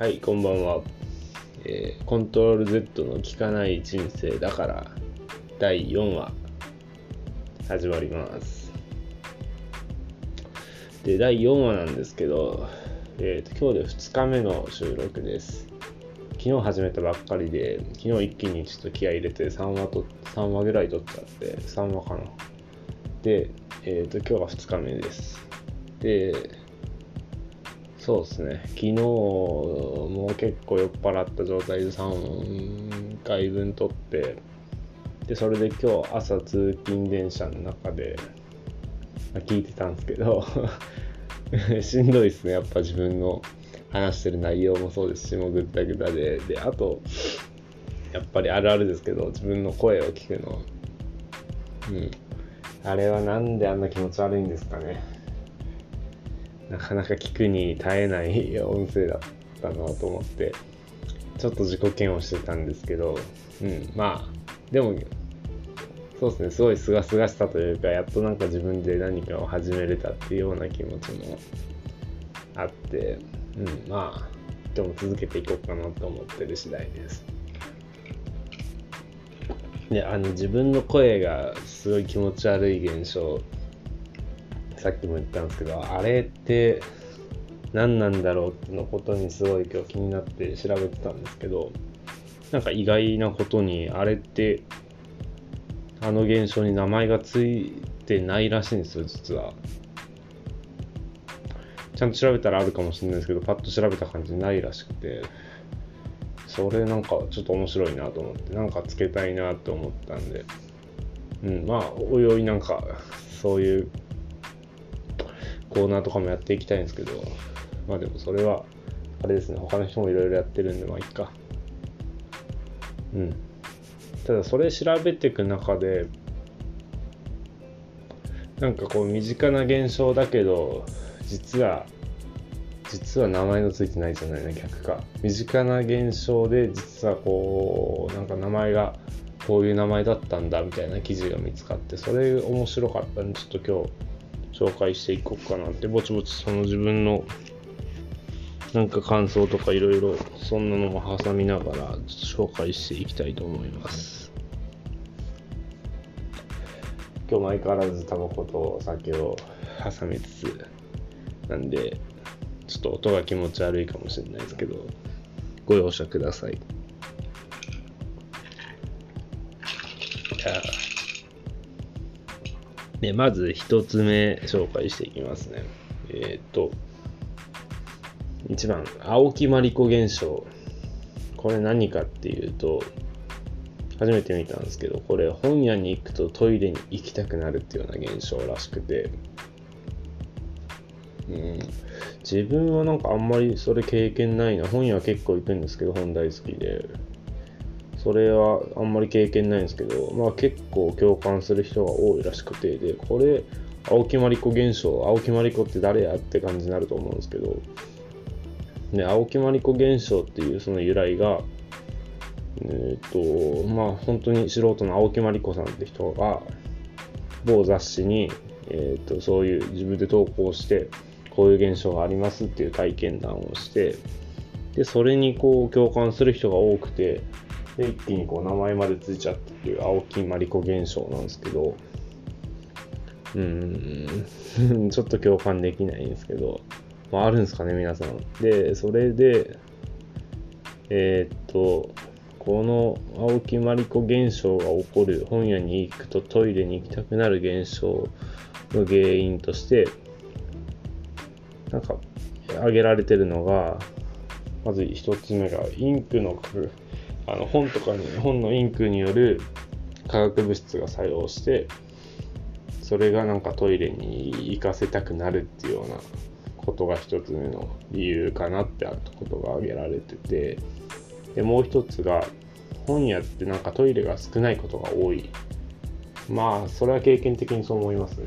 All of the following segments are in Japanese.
はい、こんばんは。コントロール Z の効かない人生だから第4話始まります。で、第4話なんですけど、今日で2日目の収録です。昨日始めたばっかりで、昨日一気にちょっと気合い入れて3話ぐらい撮っちゃって、3話かな。で、今日が2日目です。で、そうですね、昨日も結構酔っ払った状態で3回分撮って、でそれで今日朝通勤電車の中で聞いてたんですけどしんどいですね。やっぱ自分の話してる内容もそうですし、もうぐったぐたで、あとやっぱりあるあるですけど、自分の声を聞くの、あれはなんであんな気持ち悪いんですかね。なかなか聞くに耐えない音声だったなと思って、ちょっと自己嫌悪してたんですけど、まあでもそうですね、すごいすがすがしさというか、やっとなんか自分で何かを始めれたっていうような気持ちもあって、まあ今日も続けていこうかなと思ってる次第です。で、自分の声がすごい気持ち悪い現象、さっきも言ったんですけど、あれって何なんだろうってのことにすごい今日気になって調べてたんですけど、なんか意外なことにあれってあの現象に名前がついてないらしいんですよ。実はちゃんと調べたらあるかもしれないですけど、パッと調べた感じないらしくて、それなんかちょっと面白いなと思って、なんかつけたいなと思ったんで、まあおいおいなんかそういうコーナーとかもやっていきたいんですけど、まあでもそれはあれですね、他の人もいろいろやってるんで、まあいいか。ただそれ調べていく中で、なんかこう身近な現象だけど実は名前のついてないじゃないな、逆か。身近な現象で実はこうなんか名前がこういう名前だったんだみたいな記事が見つかって、それ面白かったんで、ちょっと今日紹介していこうかなって、ぼちぼちその自分のなんか感想とかいろいろそんなのも挟みながらちょっと紹介していきたいと思います。今日も相変わらずタバコとお酒を挟みつつなんで、ちょっと音が気持ち悪いかもしれないですけど、ご容赦ください。で、まず一つ目紹介していきますね。1番、青木まりこ現象。これ何かっていうと、初めて見たんですけど、これ本屋に行くとトイレに行きたくなるっていうような現象らしくて、自分はなんかあんまりそれ経験ないな。本屋は結構行くんですけど、本大好きで、それはあんまり経験ないんですけど、まあ結構共感する人が多いらしくて、でこれ青木まりこ現象、青木まりこって誰やって感じになると思うんですけど、で青木まりこ現象っていうその由来が、まあ本当に素人の青木まりこさんって人が某雑誌に、そういう自分で投稿して、こういう現象がありますっていう体験談をして、でそれにこう共感する人が多くて、で一気にこう名前までついちゃったっていう青木まりこ現象なんですけど、ちょっと共感できないんですけど、まあ、あるんですかね皆さん。でそれでこの青木まりこ現象が起こる、本屋に行くとトイレに行きたくなる現象の原因としてなんか挙げられてるのが、まず一つ目がインクの本とかに本のインクによる化学物質が作用して、それがなんかトイレに行かせたくなるっていうようなことが一つ目の理由かなってことが挙げられてて、でもう一つが本屋ってなんかトイレが少ないことが多い。まあそれは経験的にそう思いますね。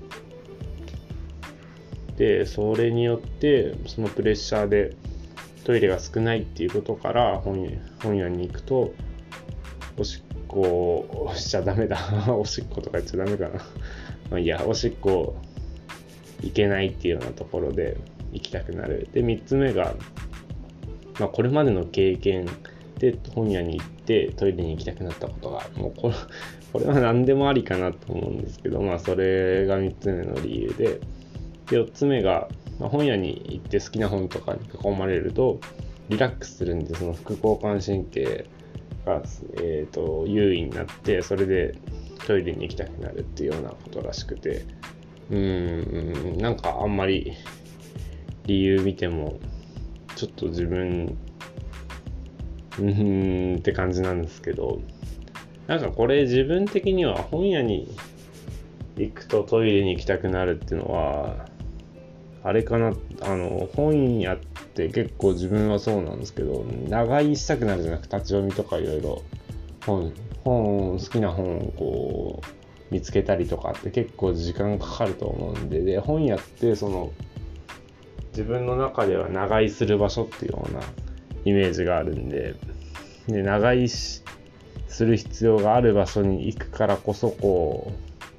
でそれによってそのプレッシャーでトイレが少ないっていうことから、本屋に行くとおしっこしちゃダメだおしっことか言っちゃダメかなまあいいや、おしっこ行けないっていうようなところで行きたくなる。で3つ目がこれまでの経験で本屋に行ってトイレに行きたくなったことがある。もうこれは何でもありかなと思うんですけど、それが3つ目の理由で、4つ目が、本屋に行って好きな本とかに囲まれるとリラックスするんで、その副交感神経が、優位になって、それでトイレに行きたくなるっていうようなことらしくて、なんかあんまり理由見てもちょっと自分って感じなんですけど、なんかこれ自分的には本屋に行くとトイレに行きたくなるっていうのはあれかな、本屋って結構自分はそうなんですけど、長居したくなるじゃなくて、立ち読みとかいろいろ好きな本をこう見つけたりとかって結構時間かかると思うんで、本屋ってその自分の中では長居する場所っていうようなイメージがあるんで、長居する必要がある場所に行くからこそ、こ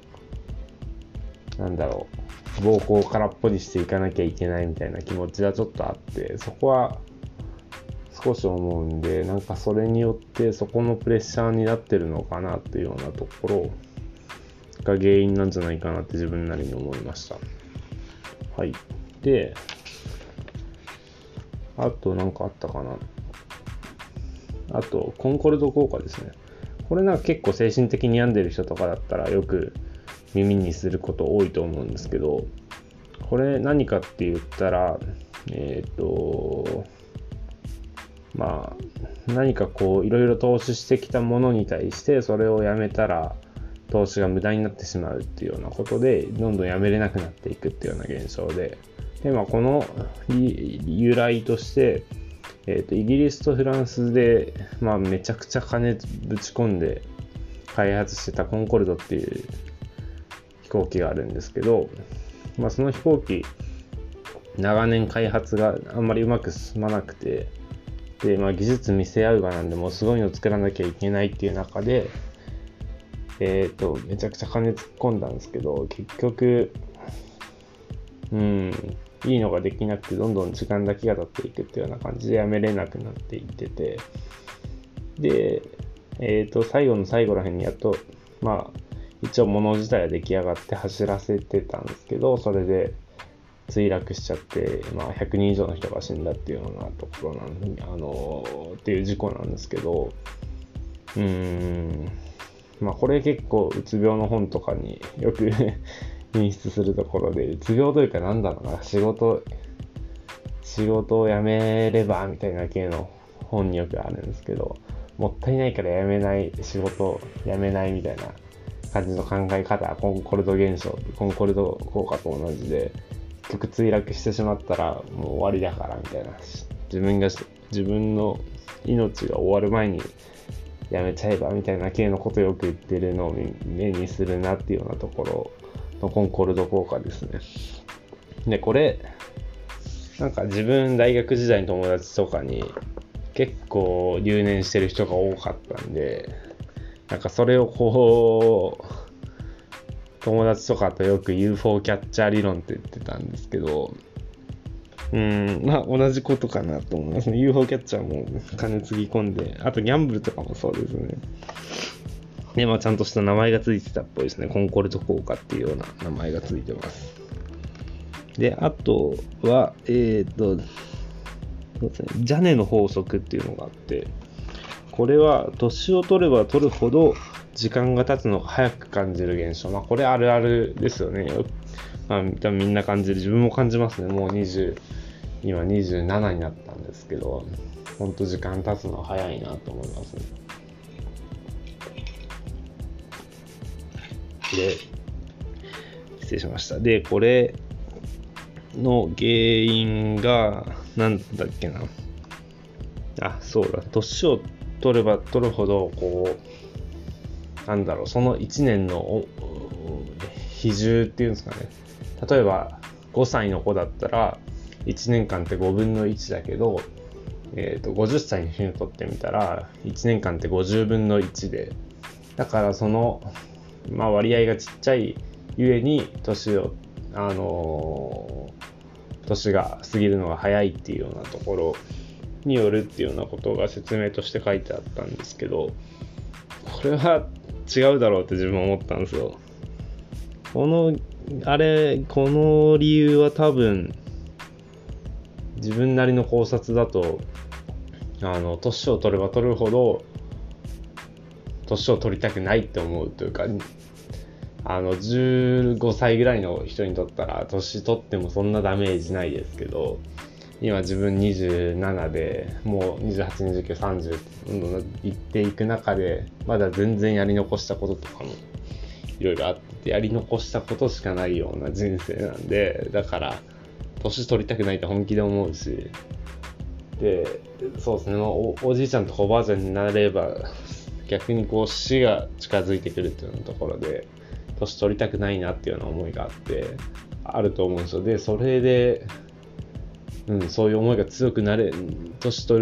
う膀胱を空っぽにしていかなきゃいけないみたいな気持ちがちょっとあって、そこは少し思うんで、なんかそれによってそこのプレッシャーになってるのかなっていうようなところが原因なんじゃないかなって自分なりに思いました。はい。で、あとなんかあったかな。あとコンコルド効果ですね。これなんか結構精神的に病んでる人とかだったらよく耳にすること多いと思うんですけど、これ何かって言ったら、何かこういろいろ投資してきたものに対してそれをやめたら投資が無駄になってしまうっていうようなことでどんどんやめれなくなっていくっていうような現象で、この由来として、イギリスとフランスで、めちゃくちゃ金ぶち込んで開発してたコンコルドっていう飛行機があるんですけど、その飛行機長年開発があんまりうまく進まなくて、で、技術見せ合うがなんでもうすごいの作らなきゃいけないっていう中で、めちゃくちゃ金突っ込んだんですけど、結局いいのができなくてどんどん時間だけが経っていくっていうような感じでやめれなくなっていってて、で、最後の最後らへんにやっと一応物自体は出来上がって走らせてたんですけど、それで墜落しちゃって、100人以上の人が死んだっていうようなところっていう事故なんですけど、これ結構うつ病の本とかによく品質するところで、うつ病というか仕事を辞めればみたいな系の本によくあるんですけど、もったいないから仕事を辞めないみたいな感じの考え方はコンコルド効果と同じで、結局墜落してしまったらもう終わりだからみたいな、自分の命が終わる前にやめちゃえばみたいな系のことをよく言ってるのを目にするなっていうようなところのコンコルド効果ですね。で、これなんか自分大学時代の友達とかに結構留年してる人が多かったんで、なんかそれをこう友達とかとよく UFO キャッチャー理論って言ってたんですけど、同じことかなと思いますね。UFO キャッチャーも金つぎ込んで、あとギャンブルとかもそうですね。で、ちゃんとした名前がついてたっぽいですね。コンコルド効果っていうような名前がついてます。で、あとは、そうですね、ジャネの法則っていうのがあって、これは年を取れば取るほど時間が経つのが早く感じる現象。これあるあるですよね。多分みんな感じる。自分も感じますね。もう今27になったんですけど、ほんと時間経つのは早いなと思いますね。で、失礼しました。で、これの原因が、なんだっけな。そうだ。年を取れば取るほど、その1年の比重っていうんですかね。例えば、5歳の子だったら、1年間って5分の1だけど、50歳の人にとってみたら、1年間って50分の1で、だからその、割合がちっちゃいゆえに、年が過ぎるのが早いっていうようなところによるっていうようなことが説明として書いてあったんですけど、これは違うだろうって自分は思ったんですよ。この理由は多分自分なりの考察だと、年を取れば取るほど年を取りたくないって思うというか、15歳ぐらいの人にとったら年取ってもそんなダメージないですけど、今自分27でもう28、29、30どんどんいっていく中で、まだ全然やり残したこととかもいろいろあって、やり残したことしかないような人生なんで、だから年取りたくないって本気で思うし、でそうですね、おじいちゃんとかおばあちゃんになれば逆にこう死が近づいてくるっていうようなところで年取りたくないなっていうような思いがあると思うんですよ。でそれでそういう思いが強くなれ、年取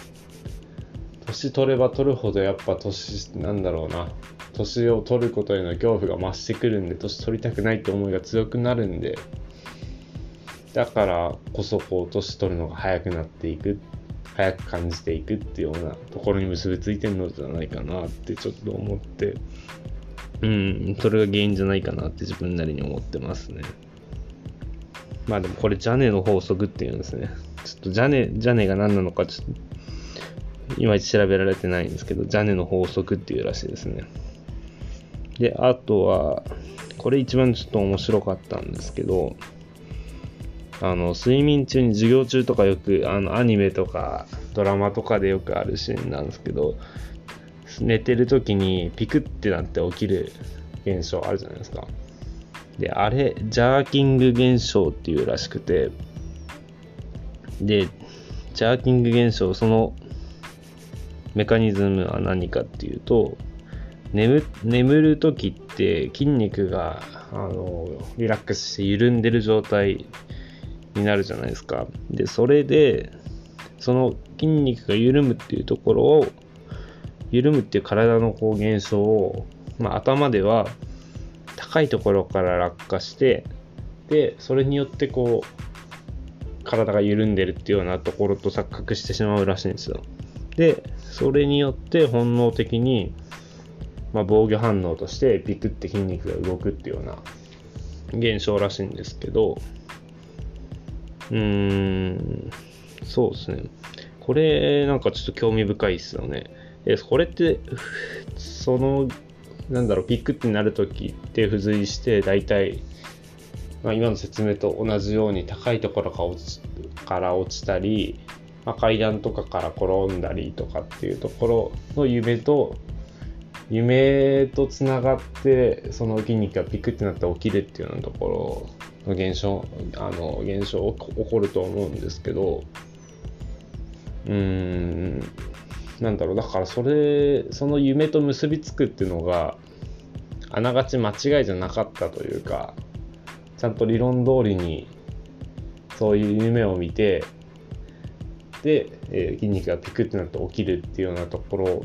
れば取るほどやっぱ年を取ることへの恐怖が増してくるんで、年取りたくないって思いが強くなるんで、だからこそこう年取るのが早くなっていく、早く感じていくっていうようなところに結びついてるのじゃないかなってちょっと思って、それが原因じゃないかなって自分なりに思ってますね。まあでもこれジャネの法則っていうんですね。ちょっとジャネが何なのかちょっといまいち調べられてないんですけど、ジャネの法則っていうらしいですね。で、あとはこれ一番ちょっと面白かったんですけど、睡眠中に授業中とかよくアニメとかドラマとかでよくあるシーンなんですけど、寝てる時にピクってなって起きる現象あるじゃないですか。であれジャーキング現象っていうらしくて、でジャーキング現象、そのメカニズムは何かっていうと、眠る時って筋肉がリラックスして緩んでる状態になるじゃないですか。でそれでその筋肉が緩むっていうところを、緩むっていう体のこう現象を、頭では高いところから落下して、でそれによってこう体が緩んでるっていうようなところと錯覚してしまうらしいんですよ。でそれによって本能的に、防御反応としてピクって筋肉が動くっていうような現象らしいんですけど、そうですね、これなんかちょっと興味深いですよね。これってピックってなるときって付随して大体、今の説明と同じように高いところから落ちたり、階段とかから転んだりとかっていうところの夢とつながって、その筋肉がピクってなって起きるっていうようなところの現象起こると思うんですけど、だからその夢と結びつくっていうのがあながち間違いじゃなかったというか、ちゃんと理論通りにそういう夢を見て、で、筋肉がピクってなって起きるっていうようなところ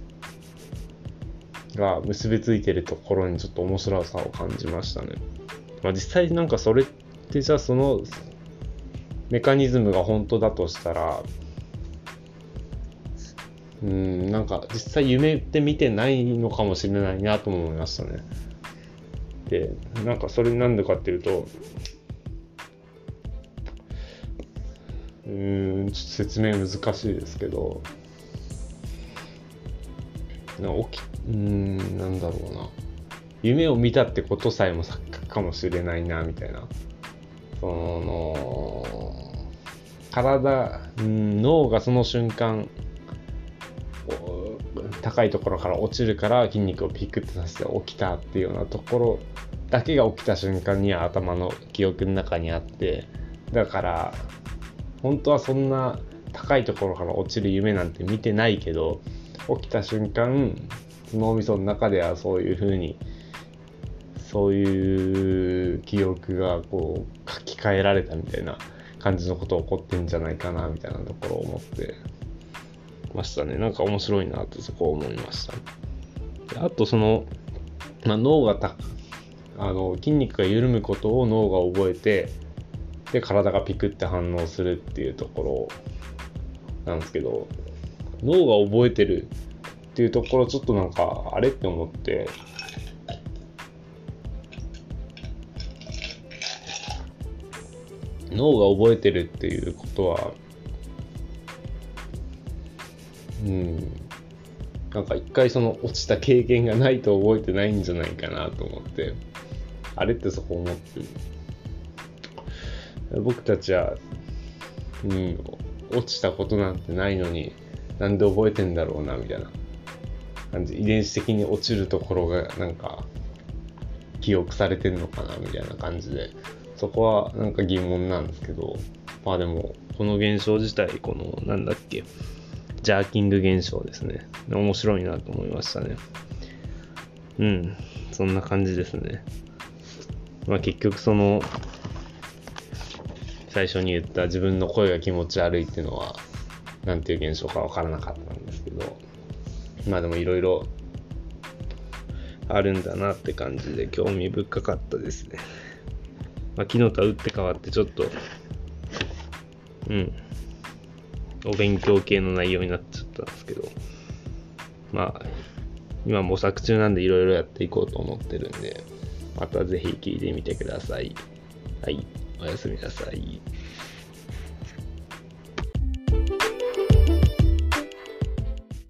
が結びついてるところにちょっと面白さを感じましたね。実際なんかそれってじゃあそのメカニズムが本当だとしたら、なんか実際夢って見てないのかもしれないなとも思いましたね。で、なんかそれなんでかっていうと、ちょっと説明難しいですけど、なんだろうな、夢を見たってことさえも錯覚かもしれないなみたいな、脳がその瞬間高いところから落ちるから筋肉をピクッとさせて起きたっていうようなところだけが起きた瞬間には頭の記憶の中にあって、だから本当はそんな高いところから落ちる夢なんて見てないけど、起きた瞬間脳みその中ではそういう記憶がこう書き換えられたみたいな感じのこと起こってんじゃないかなみたいなところを思ってましたね。なんか面白いなとそこを思いました。であと脳が筋肉が緩むことを脳が覚えて、で体がピクって反応するっていうところなんですけど、脳が覚えてるっていうところちょっとなんかあれって思って、脳が覚えてるっていうことはなんか一回その落ちた経験がないと覚えてないんじゃないかなと思って、あれってそこ思ってる。僕たちは、落ちたことなんてないのになんで覚えてんだろうなみたいな感じ、遺伝子的に落ちるところがなんか記憶されてんのかなみたいな感じで、そこはなんか疑問なんですけど、まあでもこの現象自体、このなんだっけ、ジャーキング現象ですね、面白いなと思いましたね。そんな感じですね。まあ結局その最初に言った自分の声が気持ち悪いっていうのはなんていう現象かわからなかったんですけど、まあでもいろいろあるんだなって感じで興味深かったですね。まあ昨日とは打って変わってちょっとお勉強系の内容になっちゃったんですけど、まあ今模索中なんでいろいろやっていこうと思ってるんで、またぜひ聞いてみてください。はい、おやすみなさい。